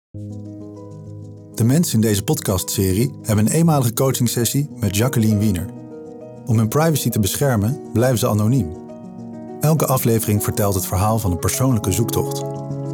De mensen in deze podcastserie hebben een eenmalige coachingsessie met Jacqueline Wiener. Om hun privacy te beschermen blijven ze anoniem. Elke aflevering vertelt het verhaal van een persoonlijke zoektocht.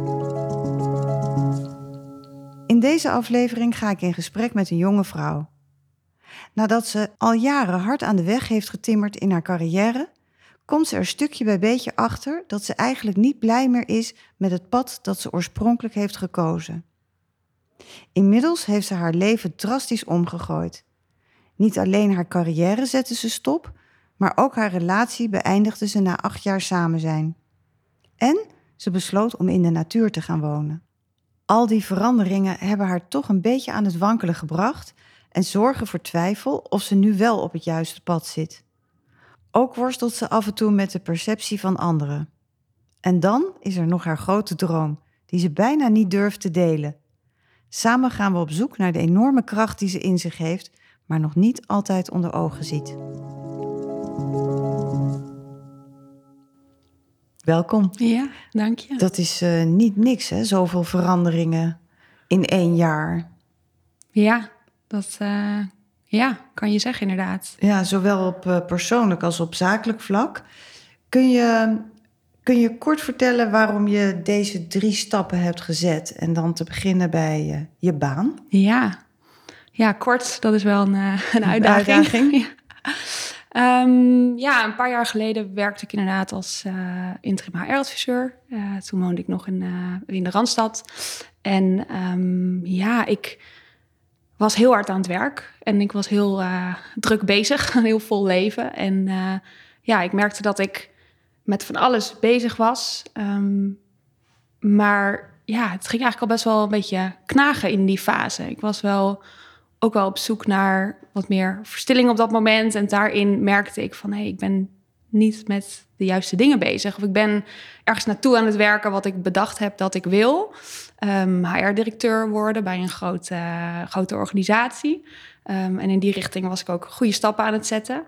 In deze aflevering ga ik in gesprek met een jonge vrouw. Nadat ze al jaren hard aan de weg heeft getimmerd in haar carrière, komt ze er stukje bij beetje achter dat ze eigenlijk niet blij meer is met het pad dat ze oorspronkelijk heeft gekozen. Inmiddels heeft ze haar leven drastisch omgegooid. Niet alleen haar carrière zette ze stop, maar ook haar relatie beëindigde ze na 8 jaar samen zijn. En ze besloot om in de natuur te gaan wonen. Al die veranderingen hebben haar toch een beetje aan het wankelen gebracht en zorgen voor twijfel of ze nu wel op het juiste pad zit. Ook worstelt ze af en toe met de perceptie van anderen. En dan is er nog haar grote droom, die ze bijna niet durft te delen. Samen gaan we op zoek naar de enorme kracht die ze in zich heeft, maar nog niet altijd onder ogen ziet. Welkom. Ja, dank je. Dat is niet niks, hè? Zoveel veranderingen in 1 jaar. Ja, dat kan je zeggen inderdaad. Ja, zowel op persoonlijk als op zakelijk vlak. Kun je kort vertellen waarom je deze 3 stappen hebt gezet en dan te beginnen bij je baan? Ja, kort, dat is wel een uitdaging. Ja. Een paar jaar geleden werkte ik inderdaad als interim HR-adviseur. Toen woonde ik nog in de Randstad. En ik was heel hard aan het werk. En ik was heel druk bezig, heel vol leven. En ik merkte dat ik met van alles bezig was. Maar ja, het ging eigenlijk al best wel een beetje knagen in die fase. Ik was ook wel op zoek naar wat meer verstilling op dat moment. En daarin merkte ik van, ik ben niet met de juiste dingen bezig. Of ik ben ergens naartoe aan het werken wat ik bedacht heb dat ik wil. HR-directeur worden bij een grote organisatie. En in die richting was ik ook goede stappen aan het zetten.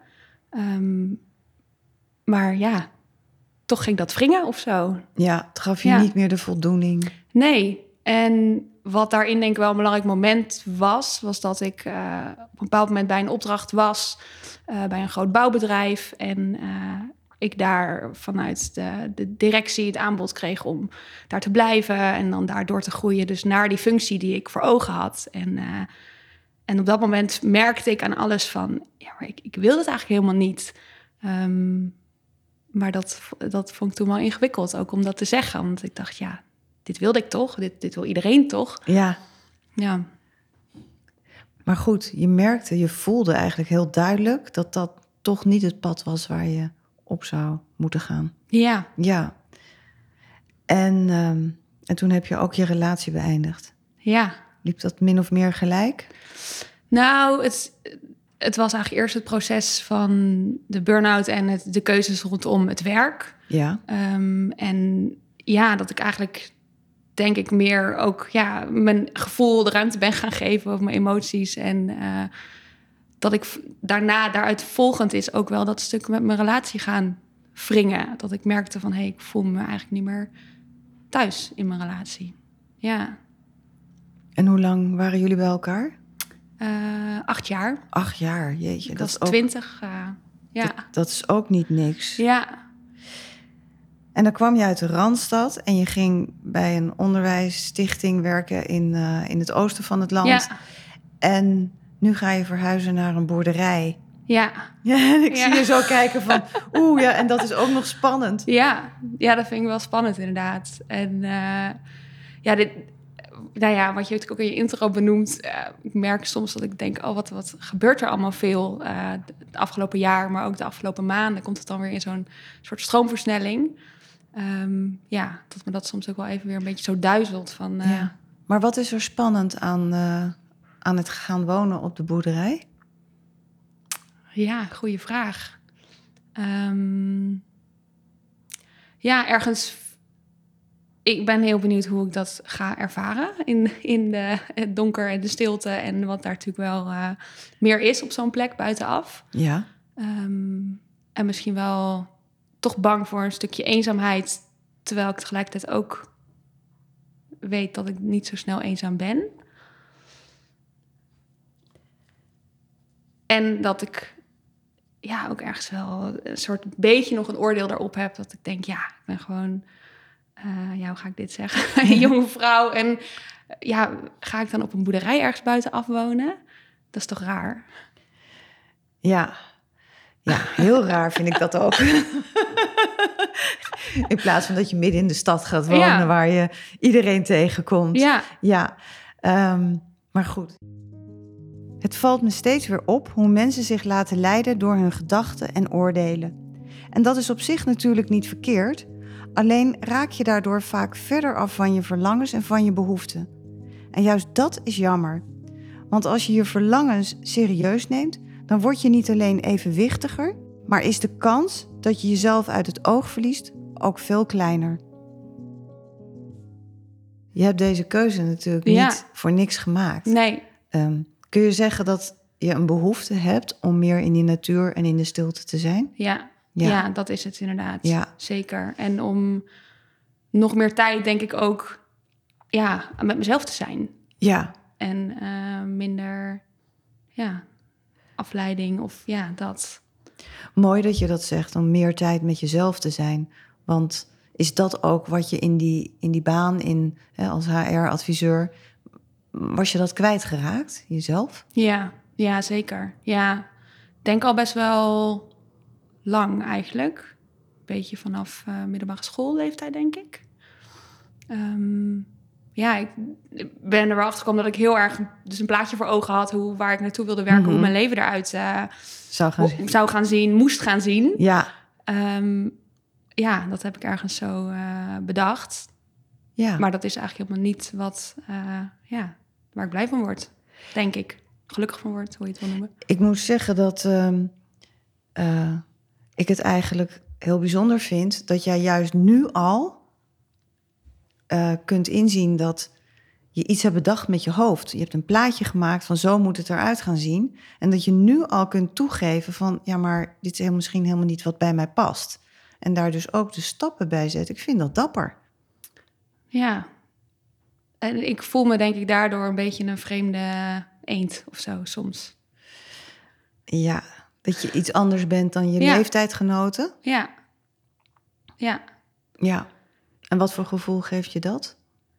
Maar ja, toch ging dat wringen of zo. Ja, het gaf je niet meer de voldoening. Nee, en wat daarin denk ik wel een belangrijk moment was dat ik op een bepaald moment bij een opdracht was bij een groot bouwbedrijf. En ik daar vanuit de directie het aanbod kreeg om daar te blijven en dan daardoor te groeien. Dus naar die functie die ik voor ogen had. En op dat moment merkte ik aan alles van, ja, maar ik wil het eigenlijk helemaal niet. Maar dat vond ik toen wel ingewikkeld, ook om dat te zeggen. Want ik dacht, ja, dit wilde ik toch? Dit wil iedereen toch? Ja. Ja. Maar goed, je voelde eigenlijk heel duidelijk dat dat toch niet het pad was waar je op zou moeten gaan. Ja. Ja. En toen heb je ook je relatie beëindigd. Ja. Liep dat min of meer gelijk? Nou, het was eigenlijk eerst het proces van de burn-out en de keuzes rondom het werk. Ja. En ja, dat ik eigenlijk, denk ik, meer ook mijn gevoel de ruimte ben gaan geven of mijn emoties. En dat ik daaruit volgend is ook wel dat stuk met mijn relatie gaan wringen. Dat ik merkte van, ik voel me eigenlijk niet meer thuis in mijn relatie. Ja. En hoe lang waren jullie bij elkaar? 8 jaar. 8 jaar, jeetje. Dat is 20, ja. Dat is ook niet niks. Ja. En dan kwam je uit de Randstad en je ging bij een onderwijsstichting werken in het oosten van het land. Ja. En nu ga je verhuizen naar een boerderij. Ja. Ja, en ik zie je zo kijken van, en dat is ook nog spannend. Ja, dat vind ik wel spannend inderdaad. En wat je ook in je intro benoemt, ik merk soms dat ik denk, wat gebeurt er allemaal veel het afgelopen jaar, maar ook de afgelopen maanden komt het dan weer in zo'n soort stroomversnelling. Dat me dat soms ook wel even weer een beetje zo duizelt. Van, Maar wat is er spannend aan het gaan wonen op de boerderij? Ja, goede vraag. Ergens. Ik ben heel benieuwd hoe ik dat ga ervaren in het donker en de stilte en wat daar natuurlijk wel meer is op zo'n plek buitenaf. Ja. En misschien wel toch bang voor een stukje eenzaamheid, terwijl ik tegelijkertijd ook weet dat ik niet zo snel eenzaam ben. En dat ik ook ergens wel een soort beetje nog een oordeel daarop heb. Dat ik denk, ik ben gewoon, hoe ga ik dit zeggen? Een jonge vrouw. En ga ik dan op een boerderij ergens buiten afwonen? Dat is toch raar? Ja, heel raar vind ik dat ook. In plaats van dat je midden in de stad gaat wonen waar je iedereen tegenkomt. Ja. Maar goed. Het valt me steeds weer op hoe mensen zich laten leiden door hun gedachten en oordelen. En dat is op zich natuurlijk niet verkeerd. Alleen raak je daardoor vaak verder af van je verlangens en van je behoeften. En juist dat is jammer. Want als je je verlangens serieus neemt, dan word je niet alleen evenwichtiger, maar is de kans dat je jezelf uit het oog verliest ook veel kleiner. Je hebt deze keuze natuurlijk niet voor niks gemaakt. Nee. Kun je zeggen dat je een behoefte hebt om meer in die natuur en in de stilte te zijn? Ja, dat is het inderdaad. Ja. Zeker. En om nog meer tijd, denk ik ook, met mezelf te zijn. Ja. En minder, afleiding of dat. Mooi dat je dat zegt, om meer tijd met jezelf te zijn. Want is dat ook wat je in die baan als HR-adviseur, was je dat kwijtgeraakt, jezelf? Ja, zeker. Ja, ik denk al best wel lang eigenlijk. Beetje vanaf middelbare schoolleeftijd, denk ik. Ik ben er wel achter gekomen dat ik heel erg dus een plaatje voor ogen had waar ik naartoe wilde werken, hoe mijn leven eruit zou gaan zien, moest gaan zien. Ja. Dat heb ik ergens zo bedacht. Ja. Maar dat is eigenlijk helemaal niet wat, waar ik blij van word, denk ik. Gelukkig van word, hoe je het wil noemen. Ik moet zeggen dat ik het eigenlijk heel bijzonder vind dat jij juist nu al kunt inzien dat je iets hebt bedacht met je hoofd. Je hebt een plaatje gemaakt van zo moet het eruit gaan zien. En dat je nu al kunt toegeven van maar dit is misschien helemaal niet wat bij mij past. En daar dus ook de stappen bij zetten. Ik vind dat dapper. Ja. En ik voel me denk ik daardoor een beetje een vreemde eend of zo soms. Ja, dat je iets anders bent dan je leeftijdgenoten. Ja. Ja. En wat voor gevoel geeft je dat?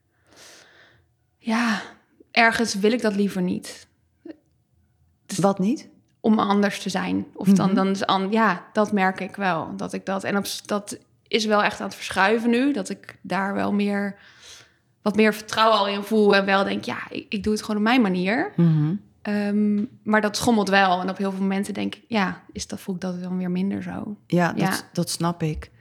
Ja, ergens wil ik dat liever niet. Dus wat niet? Om anders te zijn. Of dat merk ik wel. Dat ik dat. En dat is wel echt aan het verschuiven nu. Dat ik daar wel wat meer vertrouwen al in voel. En wel denk, ik doe het gewoon op mijn manier. Mm-hmm. Maar dat schommelt wel. En op heel veel momenten denk ik, voel ik dat wel weer minder zo. Ja, dat snap ik.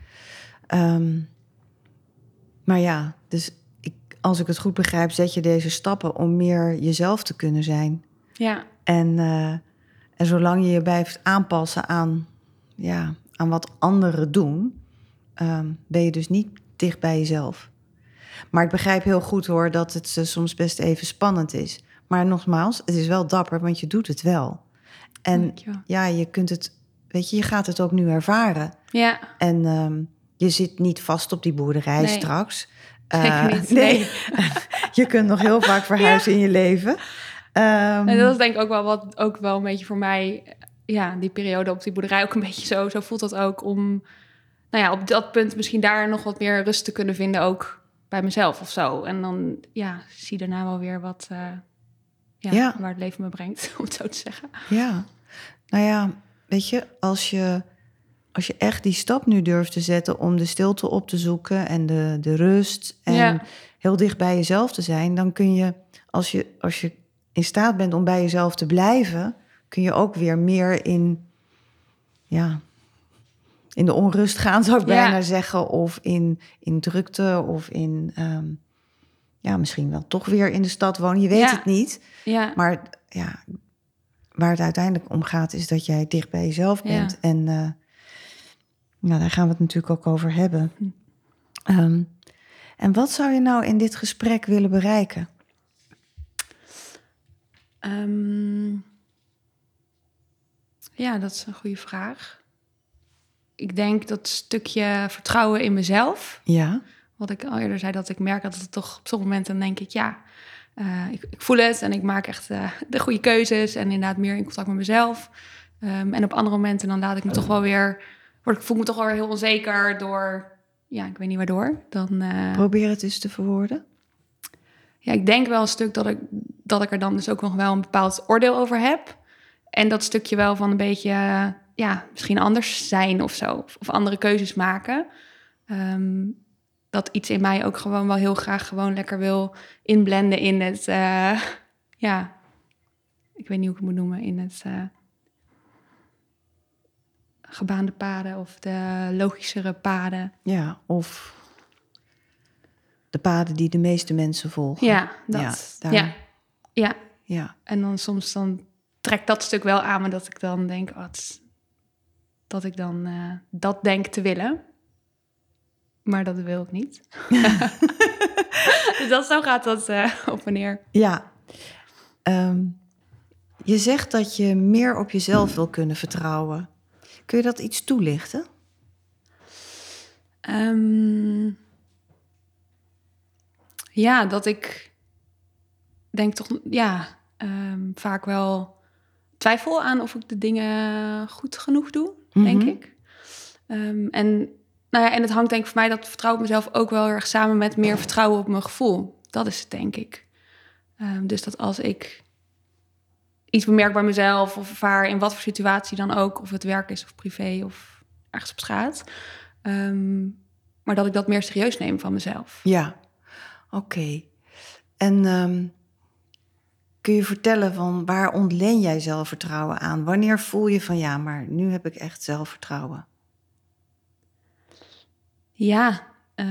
Maar dus als ik het goed begrijp, zet je deze stappen om meer jezelf te kunnen zijn. Ja. En zolang je je blijft aanpassen aan wat anderen doen, ben je dus niet dicht bij jezelf. Maar ik begrijp heel goed hoor dat het soms best even spannend is. Maar nogmaals, het is wel dapper, want je doet het wel. En je kunt het, je gaat het ook nu ervaren. Ja. En je zit niet vast op die boerderij straks. Zeker niet. Nee. Je kunt nog heel vaak verhuizen in je leven. En dat is denk ik ook wel een beetje voor mij, die periode op die boerderij ook een beetje zo. Zo voelt dat ook om, op dat punt misschien daar nog wat meer rust te kunnen vinden, ook bij mezelf of zo. En dan, zie daarna wel weer wat, waar het leven me brengt, om het zo te zeggen. Ja, weet je, als je echt die stap nu durft te zetten om de stilte op te zoeken en de rust en heel dicht bij jezelf te zijn, dan kun je, als je in staat bent om bij jezelf te blijven, kun je ook weer meer in de onrust gaan, zou ik bijna zeggen, of in drukte, of in, misschien wel toch weer in de stad wonen. Je weet het niet. Ja. Maar waar het uiteindelijk om gaat, is dat jij dicht bij jezelf bent. Ja. En daar gaan we het natuurlijk ook over hebben. En wat zou je nou in dit gesprek willen bereiken? Dat is een goede vraag. Ik denk dat stukje vertrouwen in mezelf. Ja. wat ik al eerder zei, dat ik merk dat het toch op sommige momenten denk ik, ik voel het en ik maak echt de goede keuzes en inderdaad meer in contact met mezelf. En op andere momenten dan laat ik me toch wel weer, voel ik me toch wel weer heel onzeker door, ik weet niet waardoor. Dan, Probeer het eens te verwoorden. Ja, ik denk wel een stuk dat ik er dan dus ook nog wel een bepaald oordeel over heb. En dat stukje wel van een beetje, misschien anders zijn of zo. Of andere keuzes maken. Dat iets in mij ook gewoon wel heel graag gewoon lekker wil inblenden in het, ik weet niet hoe ik het moet noemen, in het gebaande paden of de logischere paden. Ja, of de paden die de meeste mensen volgen. Ja, dat. Ja. En dan soms trekt dat stuk wel aan me dat ik dan denk, dat ik dan dat denk te willen. Maar dat wil ik niet. Dus zo gaat dat op en neer. Ja. Je zegt dat je meer op jezelf wil kunnen vertrouwen. Kun je dat iets toelichten? Dat ik denk toch, vaak wel twijfel aan of ik de dingen goed genoeg doe, denk ik. En het hangt denk ik voor mij dat vertrouwen op mezelf ook wel erg samen met meer vertrouwen op mijn gevoel. Dat is het, denk ik. Dus dat als ik iets bemerk bij mezelf of ervaar in wat voor situatie dan ook, of het werk is of privé of ergens op straat, maar dat ik dat meer serieus neem van mezelf. Ja, oké. En kun je vertellen van waar ontleen jij zelfvertrouwen aan? Wanneer voel je van maar nu heb ik echt zelfvertrouwen? Ja,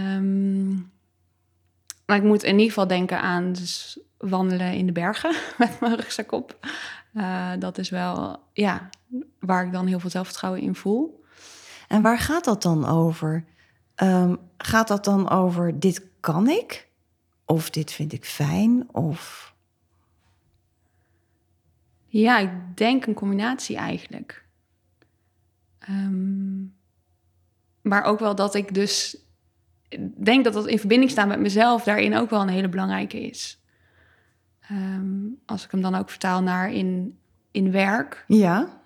maar ik moet in ieder geval denken aan dus wandelen in de bergen met mijn rugzak op. Dat is wel, waar ik dan heel veel zelfvertrouwen in voel. En waar gaat dat dan over? Gaat dat dan over dit kan ik? Of dit vind ik fijn? Of... Ja, ik denk een combinatie eigenlijk. Maar ook wel dat ik dus denk dat in verbinding staan met mezelf daarin ook wel een hele belangrijke is. Als ik hem dan ook vertaal naar in werk. Ja.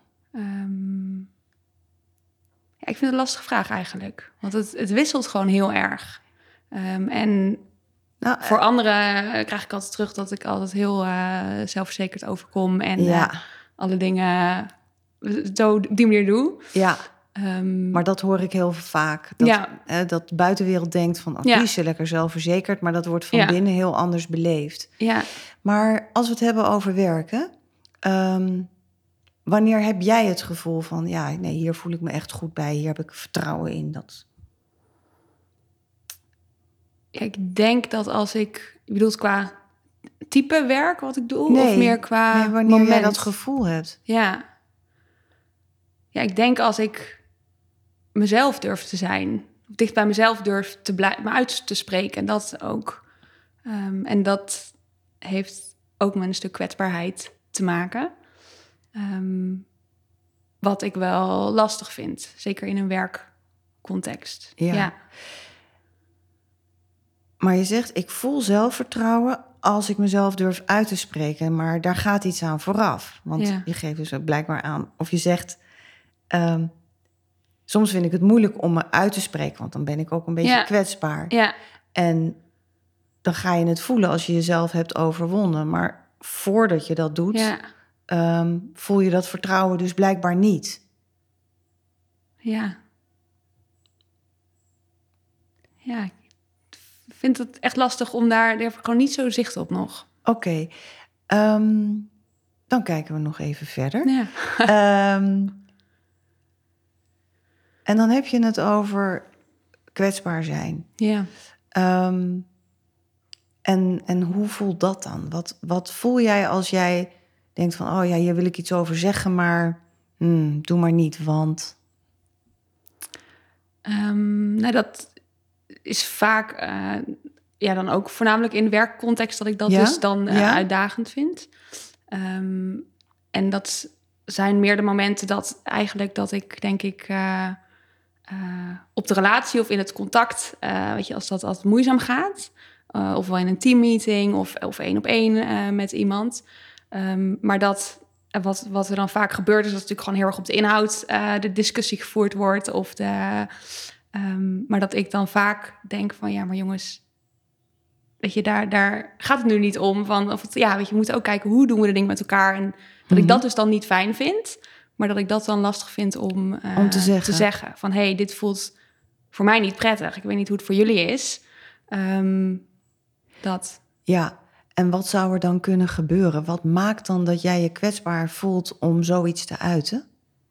Ik vind het een lastige vraag eigenlijk. Want het wisselt gewoon heel erg. En voor anderen krijg ik altijd terug dat ik altijd heel zelfverzekerd overkom. En alle dingen zo op die manier doe. Ja. Maar dat hoor ik heel vaak. Dat de buitenwereld denkt van, die is lekker zelfverzekerd, maar dat wordt van binnen heel anders beleefd. Ja. Maar als we het hebben over werken, wanneer heb jij het gevoel van, hier voel ik me echt goed bij, hier heb ik vertrouwen in dat? Ja, ik denk dat als ik, je bedoelt qua type werk wat ik doe, of meer qua wanneer moment? Jij dat gevoel hebt. Ja, ik denk als ik mezelf durf te zijn, of dicht bij mezelf durf te me uit te spreken, en dat ook. En dat heeft ook met een stuk kwetsbaarheid te maken. Wat ik wel lastig vind, zeker in een werkcontext. Ja. Maar je zegt, ik voel zelfvertrouwen als ik mezelf durf uit te spreken, maar daar gaat iets aan vooraf. Want je geeft dus ook blijkbaar aan, of je zegt, soms vind ik het moeilijk om me uit te spreken, want dan ben ik ook een beetje kwetsbaar. Ja. En dan ga je het voelen als je jezelf hebt overwonnen. Maar voordat je dat doet, voel je dat vertrouwen dus blijkbaar niet. Ja. Ja, ik vind het echt lastig om daar heb ik gewoon niet zo zicht op nog. Oké. Dan kijken we nog even verder. Ja. En dan heb je het over kwetsbaar zijn. Ja. En hoe voelt dat dan? Wat voel jij als jij denkt van, hier wil ik iets over zeggen, maar doe maar niet, want... Dat is vaak, dan ook voornamelijk in werkcontext dat ik dat dus dan uitdagend vind. En dat zijn meer de momenten dat ik denk ik op de relatie of in het contact, weet je, als dat altijd moeizaam gaat, of wel in een teammeeting of 1-op-1 met iemand. Maar dat wat er dan vaak gebeurt, is dat natuurlijk gewoon heel erg op de inhoud de discussie gevoerd wordt. Maar dat ik dan vaak denk van, ja, maar jongens, weet je, daar gaat het nu niet om. Weet je, we moeten ook kijken, hoe doen we de dingen met elkaar? En dat ik dat dus dan niet fijn vind, maar dat ik dat dan lastig vind om te zeggen. Van, hey, dit voelt voor mij niet prettig. Ik weet niet hoe het voor jullie is. Ja, en wat zou er dan kunnen gebeuren? Wat maakt dan dat jij je kwetsbaar voelt om zoiets te uiten?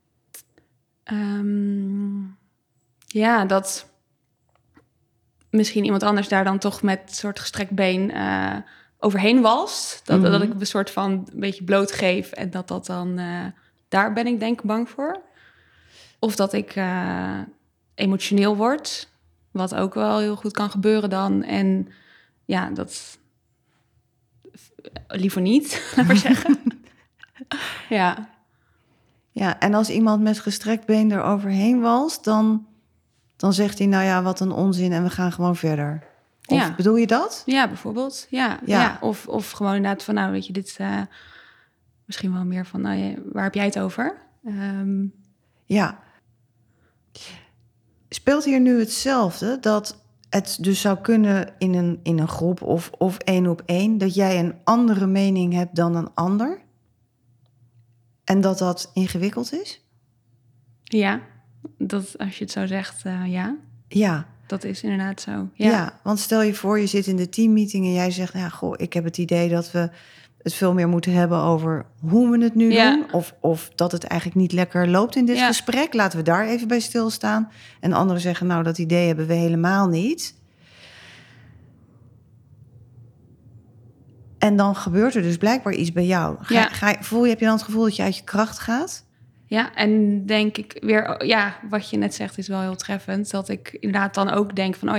Dat misschien iemand anders daar dan toch met een soort gestrekt been overheen walst. Dat ik een soort van een beetje blootgeef en dat dan... daar ben ik denk ik bang voor. Of dat ik emotioneel word, wat ook wel heel goed kan gebeuren dan. En ja, dat liever niet, laat maar zeggen. Ja. Ja, en als iemand met gestrekt been er overheen walst, dan zegt hij, nou ja, wat een onzin en we gaan gewoon verder. Of bedoel je dat? Ja, bijvoorbeeld. Ja. Of gewoon inderdaad van, nou weet je, dit misschien wel meer van, waar heb jij het over? Ja. Speelt hier nu hetzelfde, dat het dus zou kunnen in een groep of 1-op-1... dat jij een andere mening hebt dan een ander? En dat ingewikkeld is? Ja, dat als je het zo zegt, ja. Ja. Dat is inderdaad zo. Ja, want stel je voor, je zit in de teammeeting en jij zegt, ik heb het idee dat we het veel meer moeten hebben over hoe we het nu doen. Of dat het eigenlijk niet lekker loopt in dit gesprek. Laten we daar even bij stilstaan. En anderen zeggen, nou, dat idee hebben we helemaal niet. En dan gebeurt er dus blijkbaar iets bij jou. Heb je dan het gevoel dat je uit je kracht gaat? Ja, en denk ik weer, wat je net zegt is wel heel treffend. Dat ik inderdaad dan ook denk van,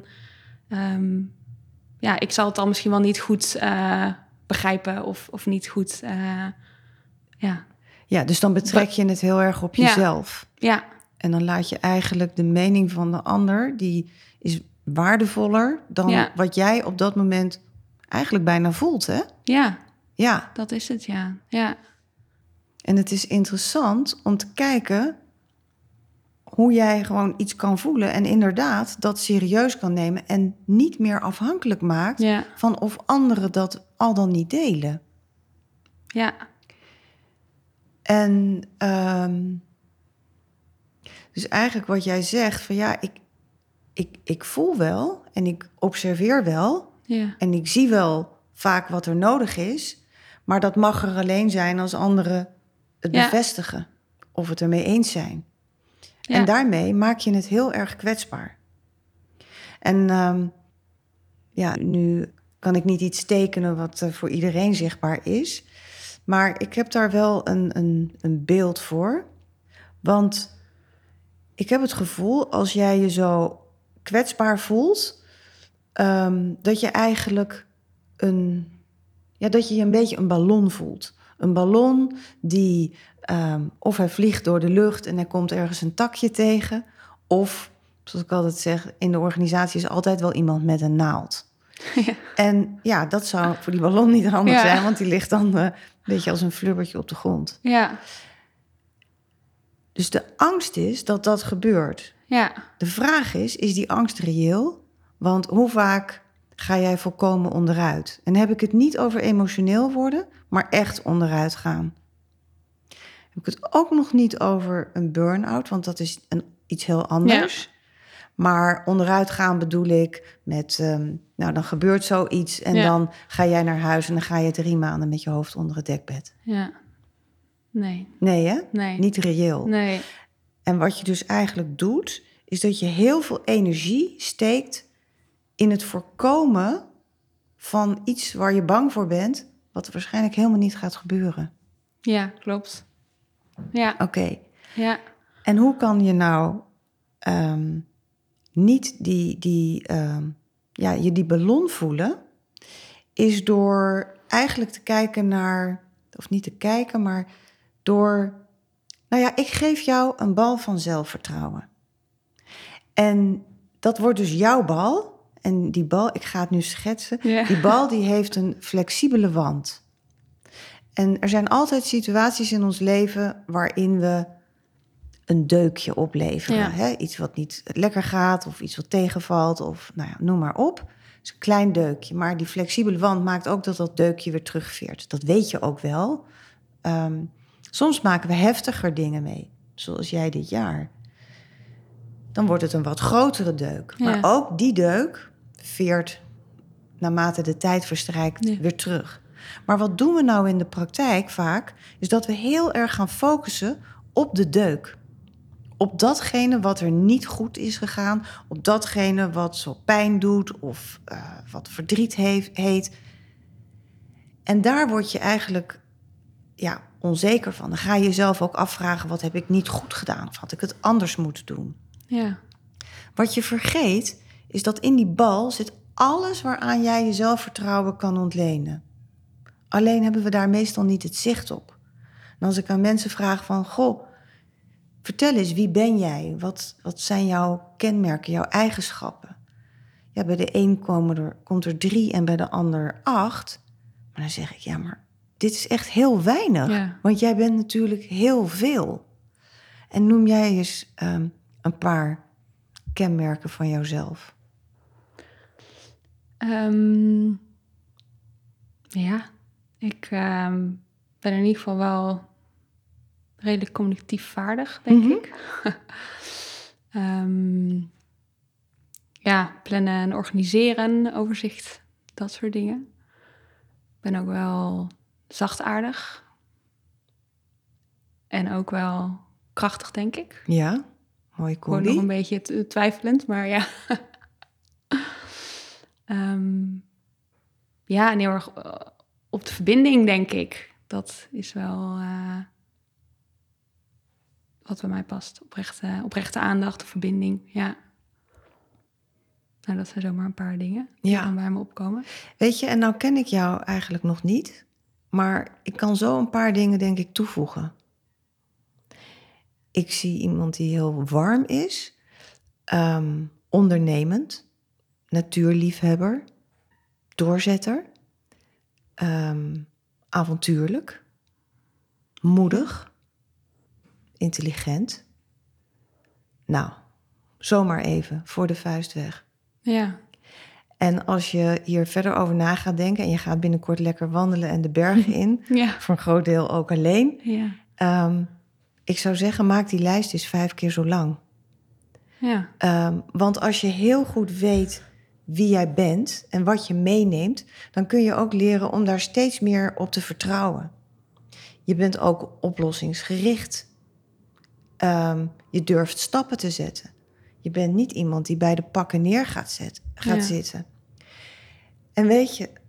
ik zal het dan misschien wel niet goed begrijpen of niet goed, Ja, dus dan betrek je het heel erg op jezelf. Ja. En dan laat je eigenlijk de mening van de ander, die is waardevoller dan wat jij op dat moment eigenlijk bijna voelt, hè? Ja, dat is het, ja. En het is interessant om te kijken hoe jij gewoon iets kan voelen en inderdaad dat serieus kan nemen en niet meer afhankelijk maakt van of anderen dat al dan niet delen. Ja. En dus eigenlijk wat jij zegt van ik voel wel en ik observeer wel en ik zie wel vaak wat er nodig is, maar dat mag er alleen zijn als anderen het bevestigen of het ermee eens zijn. Ja. En daarmee maak je het heel erg kwetsbaar. En nu kan ik niet iets tekenen wat voor iedereen zichtbaar is, maar ik heb daar wel een beeld voor. Want ik heb het gevoel, als jij je zo kwetsbaar voelt, dat je eigenlijk dat je een beetje een ballon voelt. Een ballon die, of hij vliegt door de lucht en er komt ergens een takje tegen. Of, zoals ik altijd zeg, in de organisatie is altijd wel iemand met een naald. Ja. En dat zou voor die ballon niet handig zijn, want die ligt dan een beetje als een flubbertje op de grond. Ja. Dus de angst is dat dat gebeurt. Ja. De vraag is die angst reëel? Want hoe vaak ga jij volkomen onderuit? En dan heb ik het niet over emotioneel worden, maar echt onderuit gaan. Heb ik het ook nog niet over een burn-out, want dat is iets heel anders. Ja. Maar onderuit gaan bedoel ik met, dan gebeurt zoiets en dan ga jij naar huis en dan ga je 3 maanden met je hoofd onder het dekbed. Ja. Nee. Nee, hè? Nee. Niet reëel. Nee. En wat je dus eigenlijk doet, is dat je heel veel energie steekt in het voorkomen van iets waar je bang voor bent, wat waarschijnlijk helemaal niet gaat gebeuren. Ja, klopt. Ja. Oké. Ja. En hoe kan je nou niet je die ballon voelen, is door eigenlijk te kijken naar, of niet te kijken, maar door, ik geef jou een bal van zelfvertrouwen. En dat wordt dus jouw bal. En die bal, ik ga het nu schetsen. Ja. Die bal die heeft een flexibele wand. En er zijn altijd situaties in ons leven waarin we een deukje opleveren. Ja. Hè? Iets wat niet lekker gaat of iets wat tegenvalt of nou ja, noem maar op. Het is een klein deukje, maar die flexibele wand maakt ook dat dat deukje weer terugveert. Dat weet je ook wel. Soms maken we heftiger dingen mee, zoals jij dit jaar. Dan wordt het een wat grotere deuk. Ja. Maar ook die deuk veert naarmate de tijd verstrijkt weer terug. Maar wat doen we nou in de praktijk vaak? Is dat we heel erg gaan focussen op de deuk. Op datgene wat er niet goed is gegaan. Op datgene wat zo pijn doet of wat verdriet heet. En daar word je eigenlijk onzeker van. Dan ga je jezelf ook afvragen, wat heb ik niet goed gedaan? Of had ik het anders moeten doen? Ja. Wat je vergeet, is dat in die bal zit alles waaraan jij je zelfvertrouwen kan ontlenen. Alleen hebben we daar meestal niet het zicht op. En als ik aan mensen vraag van, goh, vertel eens, wie ben jij? Wat zijn jouw kenmerken, jouw eigenschappen? Ja, bij de een komt er 3 en bij de ander 8. Maar dan zeg ik, ja, maar dit is echt heel weinig. Ja. Want jij bent natuurlijk heel veel. En noem jij eens een paar kenmerken van jouzelf. Ik ben in ieder geval wel redelijk communicatief vaardig, denk ik. Plannen en organiseren, overzicht, dat soort dingen. Ik ben ook wel zachtaardig. En ook wel krachtig, denk ik. Ja, mooie Ik word combi. nog een beetje twijfelend, maar ja. En heel erg op de verbinding, denk ik. Dat is wel wat bij mij past. Oprechte aandacht, verbinding, ja. Nou, dat zijn zomaar een paar dingen die dan bij me opkomen. Weet je, en nou ken ik jou eigenlijk nog niet. Maar ik kan zo een paar dingen, denk ik, toevoegen. Ik zie iemand die heel warm is. Ondernemend. Natuurliefhebber. Doorzetter. Avontuurlijk. Moedig. Intelligent. Nou, zomaar even voor de vuist weg. Ja. En als je hier verder over na gaat denken en je gaat binnenkort lekker wandelen en de bergen in, voor een groot deel ook alleen. Ja. Ik zou zeggen, maak die lijst eens 5 keer zo lang. Ja. Want als je heel goed weet wie jij bent en wat je meeneemt, dan kun je ook leren om daar steeds meer op te vertrouwen. Je bent ook oplossingsgericht. Je durft stappen te zetten. Je bent niet iemand die bij de pakken neer gaat zitten. En weet je,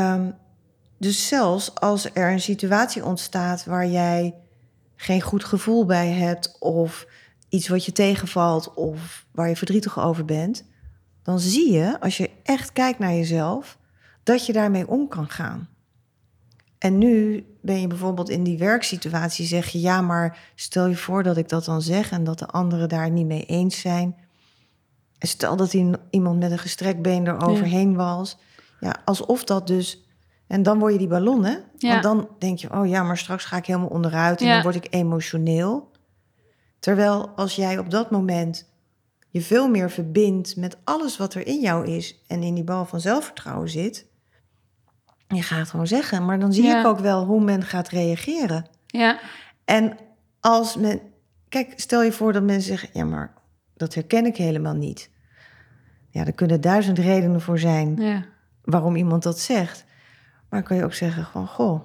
dus zelfs als er een situatie ontstaat waar jij geen goed gevoel bij hebt, of iets wat je tegenvalt, of waar je verdrietig over bent, dan zie je, als je echt kijkt naar jezelf, dat je daarmee om kan gaan. En nu ben je bijvoorbeeld in die werksituatie, zeg je, ja, maar stel je voor dat ik dat dan zeg en dat de anderen daar niet mee eens zijn. En stel dat iemand met een gestrekt been eroverheen wals. Ja, alsof dat dus... En dan word je die ballon, hè? Ja. Want dan denk je, oh ja, maar straks ga ik helemaal onderuit en dan word ik emotioneel. Terwijl als jij op dat moment je veel meer verbindt met alles wat er in jou is en in die bal van zelfvertrouwen zit, je gaat gewoon zeggen, maar dan zie ik ook wel hoe men gaat reageren. Ja. En als men... Kijk, stel je voor dat mensen zeggen, ja, maar dat herken ik helemaal niet. Ja, er kunnen 1000 redenen voor zijn waarom iemand dat zegt. Maar dan kun je ook zeggen gewoon, goh,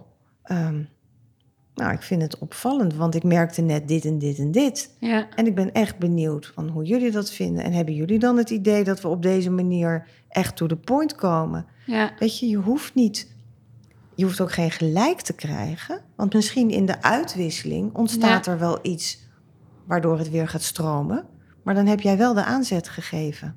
nou, ik vind het opvallend, want ik merkte net dit en dit en dit. Ja. En ik ben echt benieuwd van hoe jullie dat vinden. En hebben jullie dan het idee dat we op deze manier echt to the point komen? Ja. Weet je, je hoeft ook geen gelijk te krijgen. Want misschien in de uitwisseling ontstaat er wel iets waardoor het weer gaat stromen. Maar dan heb jij wel de aanzet gegeven.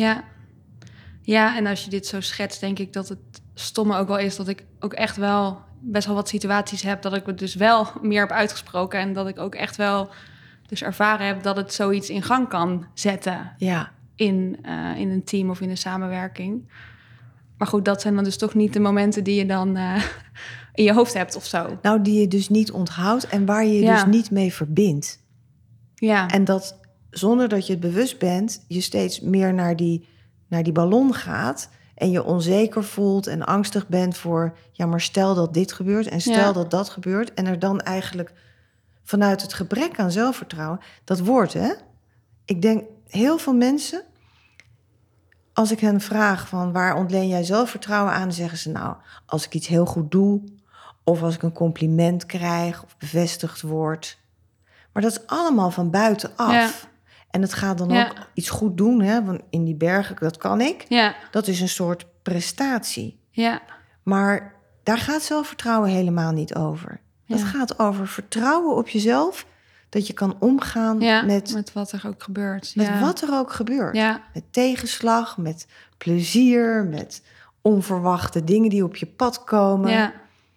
Ja, en als je dit zo schetst, denk ik dat het stomme ook wel is dat ik ook echt wel best wel wat situaties heb dat ik het dus wel meer heb uitgesproken en dat ik ook echt wel dus ervaren heb dat het zoiets in gang kan zetten. Ja. in een team of in een samenwerking. Maar goed, dat zijn dan dus toch niet de momenten die je dan in je hoofd hebt of zo. Nou, die je dus niet onthoudt en waar je je dus niet mee verbindt. Ja. En dat zonder dat je het bewust bent, je steeds meer naar die ballon gaat en je onzeker voelt en angstig bent voor, ja, maar stel dat dit gebeurt en stel dat dat gebeurt. En er dan eigenlijk vanuit het gebrek aan zelfvertrouwen, dat woord, hè? Ik denk, heel veel mensen, als ik hen vraag van waar ontleen jij zelfvertrouwen aan, zeggen ze nou, als ik iets heel goed doe, of als ik een compliment krijg of bevestigd word. Maar dat is allemaal van buitenaf. Ja. En het gaat dan ook iets goed doen, hè? Want in die bergen, dat kan ik. Ja. Dat is een soort prestatie. Ja. Maar daar gaat zelfvertrouwen helemaal niet over. Dat gaat over vertrouwen op jezelf, dat je kan omgaan met wat er ook gebeurt. Met wat er ook gebeurt. Ja. Met tegenslag, met plezier, met onverwachte dingen die op je pad komen. Ja.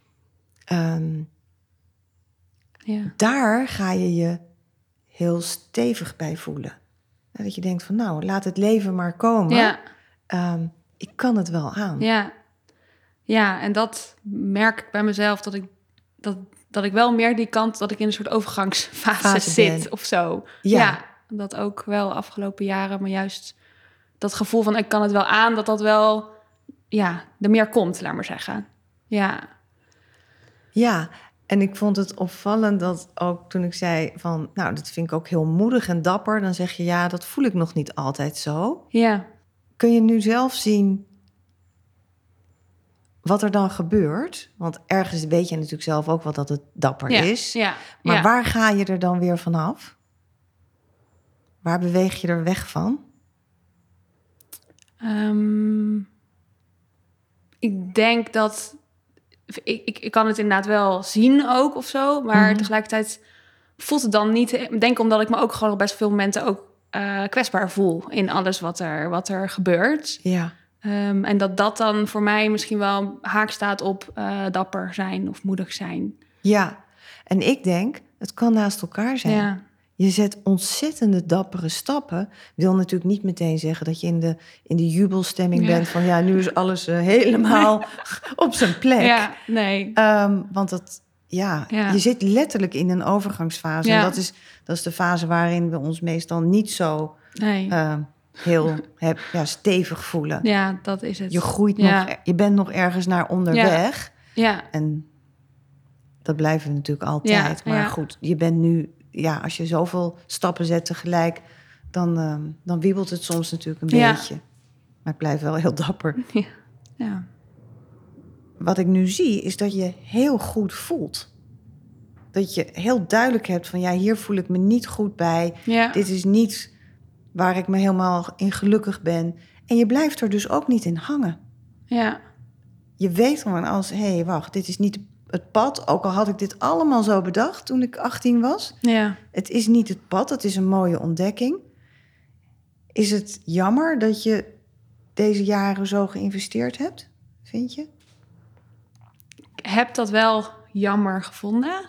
Daar ga je je heel stevig bij voelen. Dat je denkt van nou, laat het leven maar komen. Ja. Ik kan het wel aan. Ja, en dat merk ik bij mezelf, dat ik wel meer die kant, dat ik in een soort overgangsfase zit of zo. Ja, dat ook wel afgelopen jaren, maar juist dat gevoel van ik kan het wel aan, dat wel, er meer komt, laat maar zeggen. Ja, en ik vond het opvallend dat ook toen ik zei van, nou, dat vind ik ook heel moedig en dapper, dan zeg je ja, dat voel ik nog niet altijd zo. Ja. Kun je nu zelf zien wat er dan gebeurt? Want ergens weet je natuurlijk zelf ook wel dat het dapper is. Ja. Maar waar ga je er dan weer vanaf? Waar beweeg je er weg van? Ik denk dat ik kan het inderdaad wel zien ook of zo, maar tegelijkertijd voelt het dan niet. Ik denk omdat ik me ook gewoon op best veel momenten ook kwetsbaar voel in alles wat er gebeurt. Ja. En dat dan voor mij misschien wel haak staat op dapper zijn of moedig zijn. Ja, en ik denk, het kan naast elkaar zijn. Ja. Je zet ontzettende dappere stappen. Wil natuurlijk niet meteen zeggen dat je in de jubelstemming bent van ja, nu is alles helemaal op zijn plek. Ja, nee. Want dat, je zit letterlijk in een overgangsfase. Ja. En dat is de fase waarin we ons meestal niet zo heel stevig voelen. Ja, dat is het. Je groeit nog, je bent nog ergens naar onderweg. Ja. En dat blijven we natuurlijk altijd. Maar goed, je bent nu, als je zoveel stappen zet tegelijk, dan wiebelt het soms natuurlijk een beetje. Maar ik blijf wel heel dapper. Ja. Wat ik nu zie, is dat je heel goed voelt. Dat je heel duidelijk hebt van hier voel ik me niet goed bij. Ja. Dit is niet waar ik me helemaal in gelukkig ben. En je blijft er dus ook niet in hangen. Ja. Je weet gewoon wacht, dit is niet het pad. Ook al had ik dit allemaal zo bedacht toen ik 18 was. Ja. Het is niet het pad, het is een mooie ontdekking. Is het jammer dat je deze jaren zo geïnvesteerd hebt, vind je? Ik heb dat wel jammer gevonden.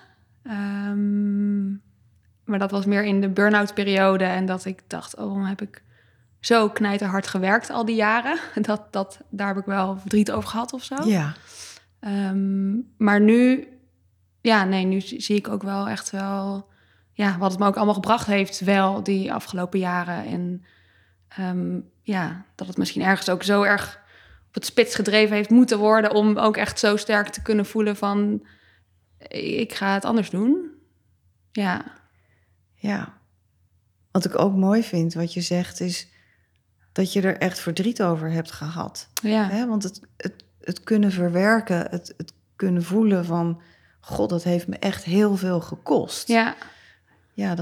Maar dat was meer in de burn-out periode. En dat ik dacht, waarom heb ik zo knijterhard gewerkt al die jaren? Daar heb ik wel verdriet over gehad of zo. Ja. Maar nu, nu zie ik ook wel echt wel, wat het me ook allemaal gebracht heeft, wel die afgelopen jaren. En dat het misschien ergens ook zo erg op het spits gedreven heeft moeten worden om ook echt zo sterk te kunnen voelen van, ik ga het anders doen. Ja. Ja. Wat ik ook mooi vind, wat je zegt, is dat je er echt verdriet over hebt gehad. Ja. Hè? Want het kunnen verwerken, het kunnen voelen van, god, dat heeft me echt heel veel gekost. Ja. Ja,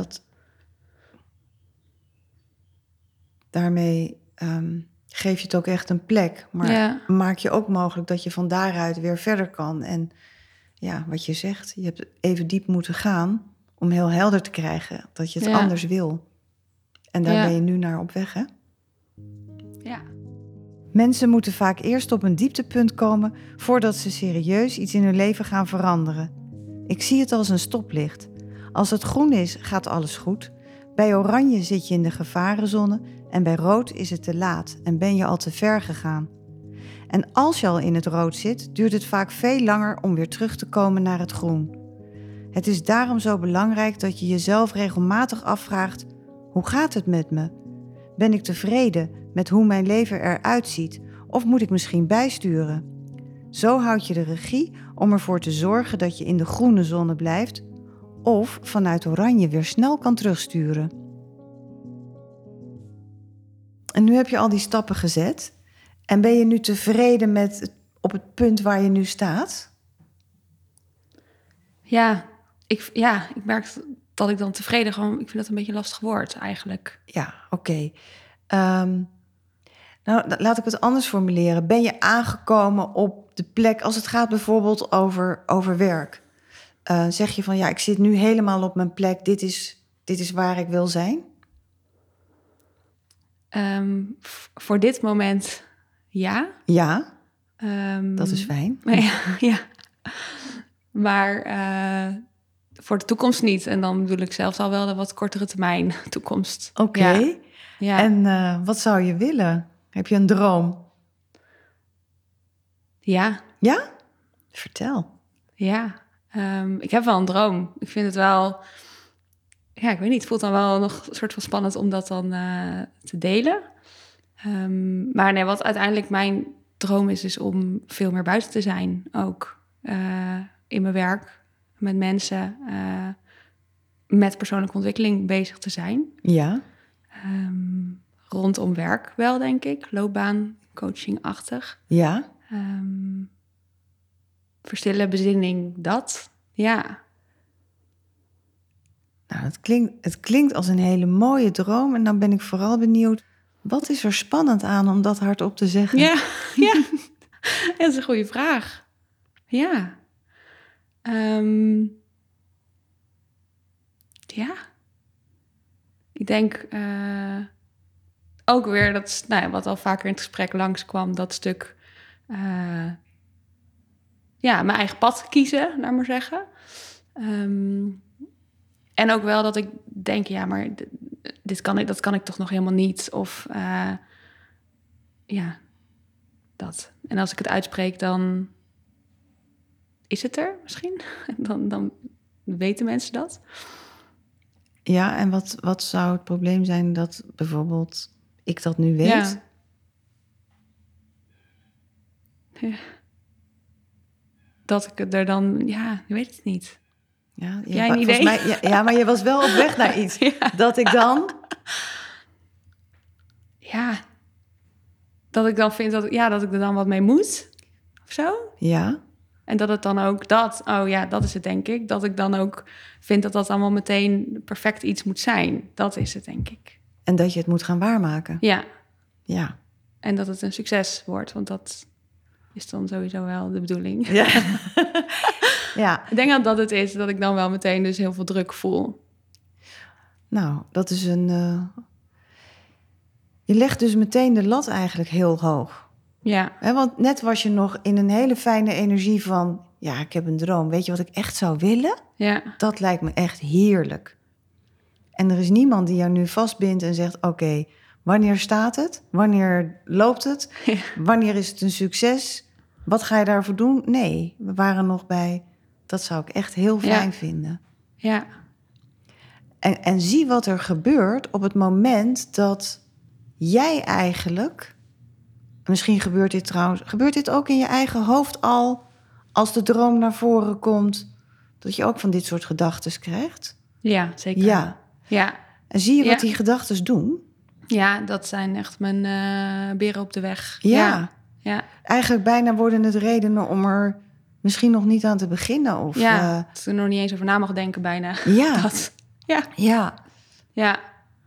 daarmee geef je het ook echt een plek. Maar maak je ook mogelijk dat je van daaruit weer verder kan. En wat je zegt, je hebt even diep moeten gaan om heel helder te krijgen dat je het anders wil. En daar ben je nu naar op weg, hè? Ja. Mensen moeten vaak eerst op een dieptepunt komen voordat ze serieus iets in hun leven gaan veranderen. Ik zie het als een stoplicht. Als het groen is, gaat alles goed. Bij oranje zit je in de gevarenzone En bij rood is het te laat en ben je al te ver gegaan. En als je al in het rood zit, duurt het vaak veel langer om weer terug te komen naar het groen. Het is daarom zo belangrijk dat je jezelf regelmatig afvraagt: hoe gaat het met me? Ben ik tevreden met hoe mijn leven eruit ziet? Of moet ik misschien bijsturen? Zo houd je de regie om ervoor te zorgen dat je in de groene zone blijft of vanuit oranje weer snel kan terugsturen. En nu heb je al die stappen gezet. En ben je nu tevreden op het punt waar je nu staat? Ja, ik merk dat ik dan tevreden gewoon... Ik vind dat een beetje een lastig woord eigenlijk. Ja, oké. Nou, laat ik het anders formuleren. Ben je aangekomen op de plek, als het gaat bijvoorbeeld over werk? Zeg je van, ja, ik zit nu helemaal op mijn plek. Dit is waar ik wil zijn? Voor dit moment ja. Ja, dat is fijn. Ja. Maar voor de toekomst niet. En dan bedoel ik zelfs al wel de wat kortere termijn toekomst. Oké. Ja. En wat zou je willen? Heb je een droom? Ja. Ja? Vertel. Ja. Ik heb wel een droom. Ik vind het wel... Ja, ik weet niet. Het voelt dan wel nog een soort van spannend om dat dan te delen. Maar nee, wat uiteindelijk mijn droom is om veel meer buiten te zijn. Ook in mijn werk, met mensen, met persoonlijke ontwikkeling bezig te zijn. Ja. Rondom werk wel, denk ik. Loopbaan, coaching-achtig. Ja. Verstillen, bezinning, dat. Ja. Nou, het klinkt als een hele mooie droom. En dan ben ik vooral benieuwd, wat is er spannend aan om dat hardop te zeggen? Ja. Dat is een goede vraag. Ja. Ja. Ik denk ook weer, dat is wat al vaker in het gesprek langskwam, dat stuk mijn eigen pad kiezen, laat maar zeggen. En ook wel dat ik denk, ja, maar dat kan ik toch nog helemaal niet. Of dat. En als ik het uitspreek, dan is het er misschien. Dan weten mensen dat. Ja, en wat zou het probleem zijn dat bijvoorbeeld ik dat nu weet? Ja. Dat ik het er dan... Ja, ik weet het niet. Ja, jij een idee? Mij, maar je was wel op weg naar iets. Ja. Dat ik dan... Ja. Dat ik dan vind dat ik er dan wat mee moet. Of zo. Ja. En dat het dan ook dat... Oh ja, dat is het, denk ik. Dat ik dan ook vind dat dat allemaal meteen perfect iets moet zijn. Dat is het, denk ik. En dat je het moet gaan waarmaken. Ja. Ja. En dat het een succes wordt. Want dat is dan sowieso wel de bedoeling. Ja. Ja. Ik denk dat het is dat ik dan wel meteen dus heel veel druk voel. Nou, dat is je legt dus meteen de lat eigenlijk heel hoog. Ja. Want net was je nog in een hele fijne energie van... ja, ik heb een droom. Weet je wat ik echt zou willen? Ja. Dat lijkt me echt heerlijk. En er is niemand die jou nu vastbindt en zegt... oké, wanneer staat het? Wanneer loopt het? Ja. Wanneer is het een succes? Wat ga je daarvoor doen? Nee, we waren nog bij... dat zou ik echt heel fijn vinden. Ja. En zie wat er gebeurt op het moment dat jij eigenlijk... Misschien gebeurt dit trouwens... Gebeurt dit ook in je eigen hoofd al... als de droom naar voren komt... dat je ook van dit soort gedachtes krijgt? Ja, zeker. Ja. En zie je wat die gedachtes doen? Ja, dat zijn echt mijn beren op de weg. Ja. Eigenlijk bijna worden het redenen om er misschien nog niet aan te beginnen. Of, dat ik er nog niet eens over na mag denken bijna. Ja. Dat. Ja.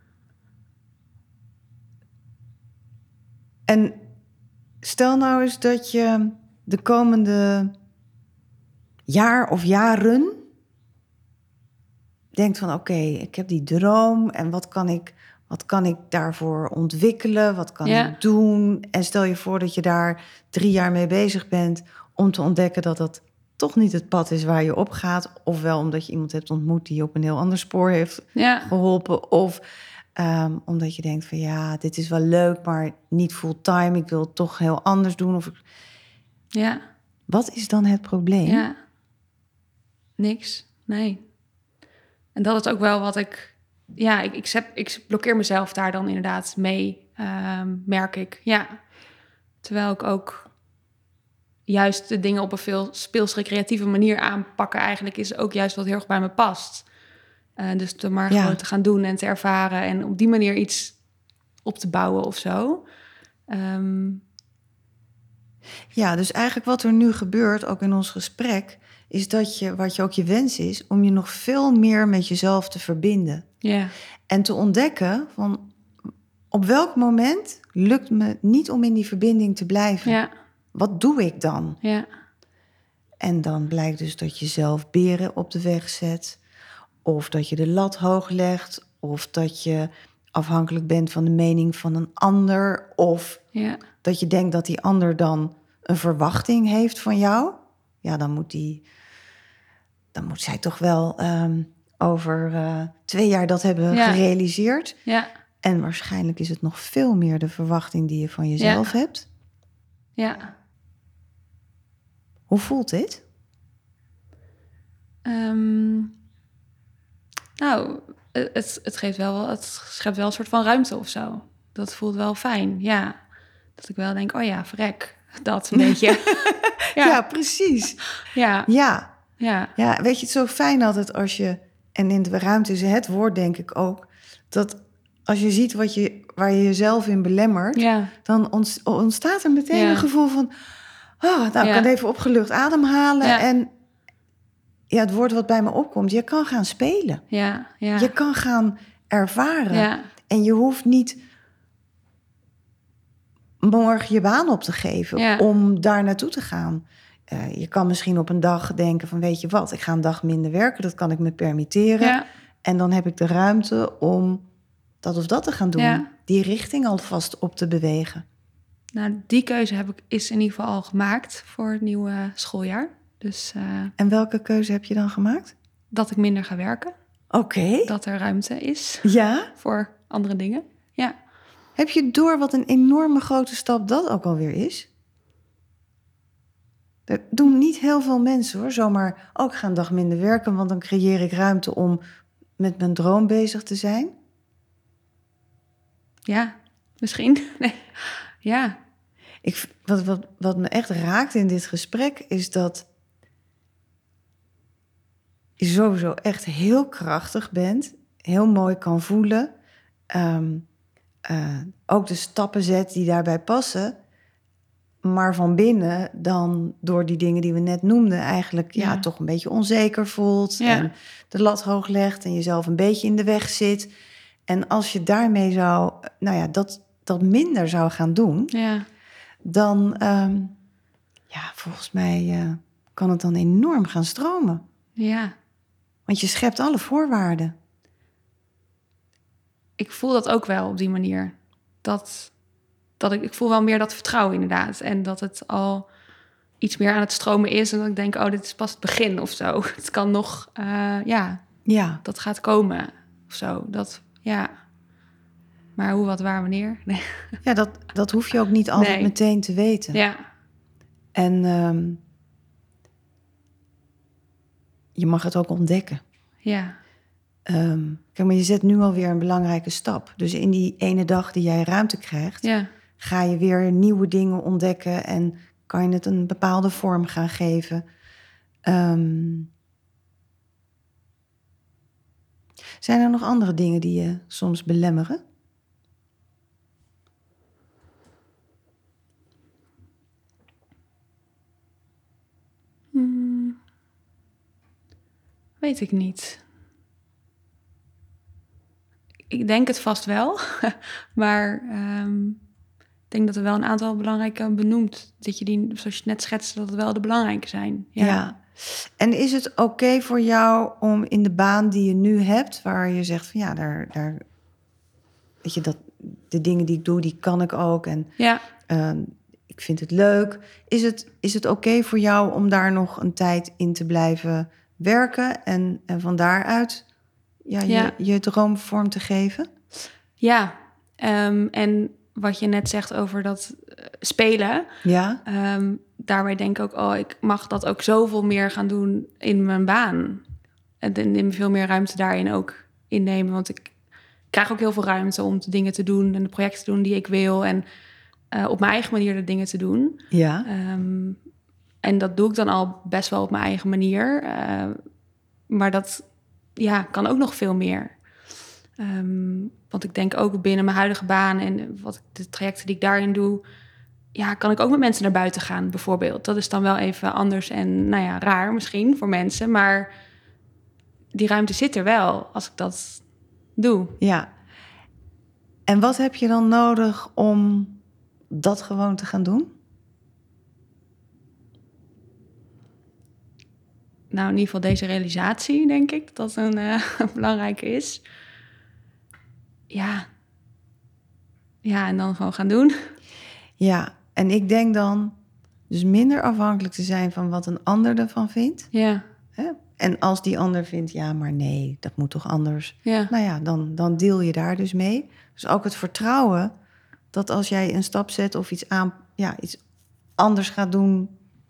En stel nou eens dat je de komende jaar of jaren denkt van oké, ik heb die droom en wat kan ik daarvoor ontwikkelen? Wat kan ik doen? En stel je voor dat je daar 3 jaar mee bezig bent om te ontdekken dat dat toch niet het pad is waar je op gaat. Ofwel omdat je iemand hebt ontmoet die je op een heel ander spoor heeft geholpen. Of Omdat je denkt van ja, dit is wel leuk, maar niet fulltime. Ik wil het toch heel anders doen. Ja. Wat is dan het probleem? Ja. Niks. Nee. En dat is ook wel wat ik... Ja, ik blokkeer mezelf daar dan inderdaad mee, merk ik. Ja. Terwijl ik ook juist de dingen op een veel speels recreatieve manier aanpakken... eigenlijk is ook juist wat heel erg bij me past. Dus door maar gewoon te gaan doen en te ervaren... en op die manier iets op te bouwen of zo. Ja, dus eigenlijk wat er nu gebeurt, ook in ons gesprek... is dat wat je ook je wens is... om je nog veel meer met jezelf te verbinden. Ja. En te ontdekken van... op welk moment lukt me niet om in die verbinding te blijven? Ja. Wat doe ik dan? Ja. En dan blijkt dus dat je zelf beren op de weg zet... of dat je de lat hoog legt... of dat je afhankelijk bent van de mening van een ander... of dat je denkt dat die ander dan een verwachting heeft van jou... ja, dan moet zij toch wel over 2 jaar dat hebben gerealiseerd. Ja. En waarschijnlijk is het nog veel meer de verwachting die je van jezelf hebt. Ja. Hoe voelt dit? Nou, het schept wel een soort van ruimte of zo. Dat voelt wel fijn, ja. Dat ik wel denk, oh ja, verrek, dat een beetje. Ja, precies. Ja. Ja. Ja. Ja, weet je, het is zo fijn altijd als je... en in de ruimte is het woord, denk ik ook... dat als je ziet waar je jezelf in belemmert... dan ontstaat er meteen een gevoel van... oh, nou, ik kan even opgelucht ademhalen. Ja. En ja, het woord wat bij me opkomt, je kan gaan spelen. Ja. Ja. Je kan gaan ervaren. Ja. En je hoeft niet morgen je baan op te geven om daar naartoe te gaan. Je kan misschien op een dag denken van, weet je wat, ik ga een dag minder werken, dat kan ik me permitteren. Ja. En dan heb ik de ruimte om dat of dat te gaan doen. Ja. Die richting alvast op te bewegen. Nou, die keuze is in ieder geval al gemaakt voor het nieuwe schooljaar. Dus, en welke keuze heb je dan gemaakt? Dat ik minder ga werken. Oké. Dat er ruimte is voor andere dingen. Ja. Heb je door wat een enorme grote stap dat ook alweer is? Dat doen niet heel veel mensen hoor. Zomaar ook gaan een dag minder werken, want dan creëer ik ruimte om met mijn droom bezig te zijn. Ja, misschien. Nee. Ja. Wat me echt raakt in dit gesprek is dat je sowieso echt heel krachtig bent. Heel mooi kan voelen. Ook de stappen zet die daarbij passen. Maar van binnen dan door die dingen die we net noemden... eigenlijk toch een beetje onzeker voelt. Ja. En de lat hoog legt en jezelf een beetje in de weg zit. En als je daarmee dat minder zou gaan doen... Ja. Dan, volgens mij kan het dan enorm gaan stromen. Ja. Want je schept alle voorwaarden. Ik voel dat ook wel op die manier. Ik voel wel meer dat vertrouwen inderdaad. En dat het al iets meer aan het stromen is. En dat ik denk, oh, dit is pas het begin of zo. Het kan nog, dat gaat komen of zo. Maar hoe, wat, waar, wanneer? Nee. Ja, dat hoef je ook niet altijd meteen te weten. Ja. En je mag het ook ontdekken. Ja. Kijk, maar je zet nu alweer een belangrijke stap. Dus in die ene dag die jij ruimte krijgt... ga je weer nieuwe dingen ontdekken... en kan je het een bepaalde vorm gaan geven. Zijn er nog andere dingen die je soms belemmeren? Weet ik niet. Ik denk het vast wel. Maar ik denk dat er wel een aantal belangrijke benoemd. Dat je die, zoals je net schetste, dat het wel de belangrijke zijn. Ja. En is het oké voor jou om in de baan die je nu hebt... waar je zegt van daar weet je, dat de dingen die ik doe, die kan ik ook. En ik vind het leuk. Is het oké voor jou om daar nog een tijd in te blijven werken... en van daaruit je droom vorm te geven? Ja, en wat je net zegt over dat spelen. Ja? Daarbij denk ik ook, ik mag dat ook zoveel meer gaan doen in mijn baan. En veel meer ruimte daarin ook innemen. Want ik krijg ook heel veel ruimte om de dingen te doen en de projecten te doen die ik wil. En op mijn eigen manier de dingen te doen. Ja. En dat doe ik dan al best wel op mijn eigen manier. Maar dat kan ook nog veel meer. Want ik denk ook binnen mijn huidige baan en de trajecten die ik daarin doe, kan ik ook met mensen naar buiten gaan, bijvoorbeeld. Dat is dan wel even anders en raar misschien voor mensen. Maar die ruimte zit er wel als ik dat doe. Ja. En wat heb je dan nodig om dat gewoon te gaan doen? Nou, in ieder geval deze realisatie, denk ik, dat een belangrijke is. Ja, en dan gewoon gaan doen. Ja, en ik denk dan dus minder afhankelijk te zijn van wat een ander ervan vindt. Ja. Hè? En als die ander vindt, ja, maar nee, dat moet toch anders. Ja. Nou ja, dan deel je daar dus mee. Dus ook het vertrouwen dat als jij een stap zet of iets anders gaat doen,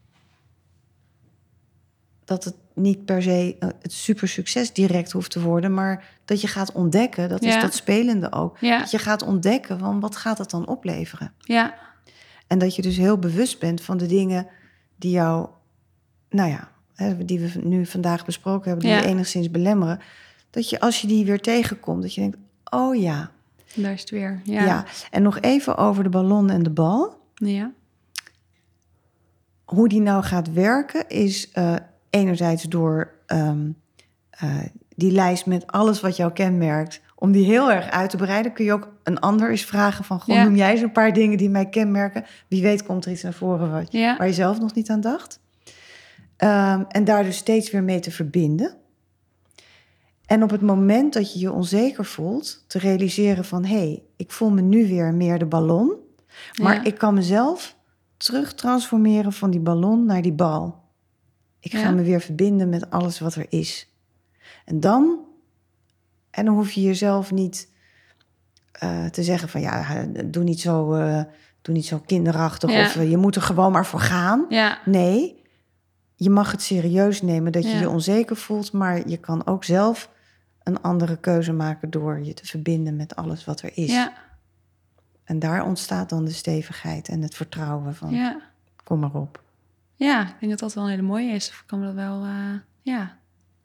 dat het niet per se het super succes direct hoeft te worden, maar dat je gaat ontdekken, dat is dat spelende ook. Ja. Dat je gaat ontdekken van wat gaat het dan opleveren. Ja. En dat je dus heel bewust bent van de dingen die jou, die we nu vandaag besproken hebben, die je enigszins belemmeren. Dat je als je die weer tegenkomt, dat je denkt, oh ja. Daar is het weer. Ja. En nog even over de ballon en de bal. Ja. Hoe die nou gaat werken is enerzijds door die lijst met alles wat jou kenmerkt, om die heel erg uit te breiden. Kun je ook een ander eens vragen van, noem jij eens een paar dingen die mij kenmerken? Wie weet komt er iets naar voren waar je zelf nog niet aan dacht. En daar dus steeds weer mee te verbinden. En op het moment dat je je onzeker voelt, te realiseren van, ik voel me nu weer meer de ballon, maar ik kan mezelf terug transformeren van die ballon naar die bal. Ik ga me weer verbinden met alles wat er is. En dan hoef je jezelf niet te zeggen van, doe niet zo kinderachtig of je moet er gewoon maar voor gaan. Ja. Nee, je mag het serieus nemen dat je je onzeker voelt, maar je kan ook zelf een andere keuze maken door je te verbinden met alles wat er is. Ja. En daar ontstaat dan de stevigheid en het vertrouwen van, kom maar op. Ja, ik denk dat dat wel een hele mooie is. Of ik kan me dat wel, Ja.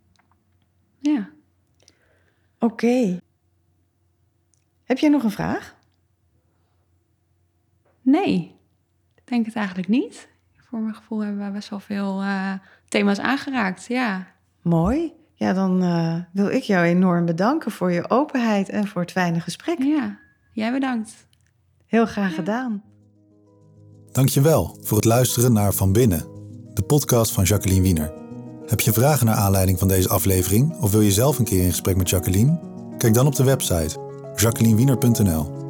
Oké. Heb jij nog een vraag? Nee, ik denk het eigenlijk niet. Voor mijn gevoel hebben we best wel veel thema's aangeraakt, ja. Mooi. Ja, dan wil ik jou enorm bedanken voor je openheid en voor het fijne gesprek. Ja, jij bedankt. Heel graag gedaan. Dankjewel voor het luisteren naar Van Binnen, de podcast van Jacqueline Wiener. Heb je vragen naar aanleiding van deze aflevering of wil je zelf een keer in gesprek met Jacqueline? Kijk dan op de website jacquelinewiener.nl.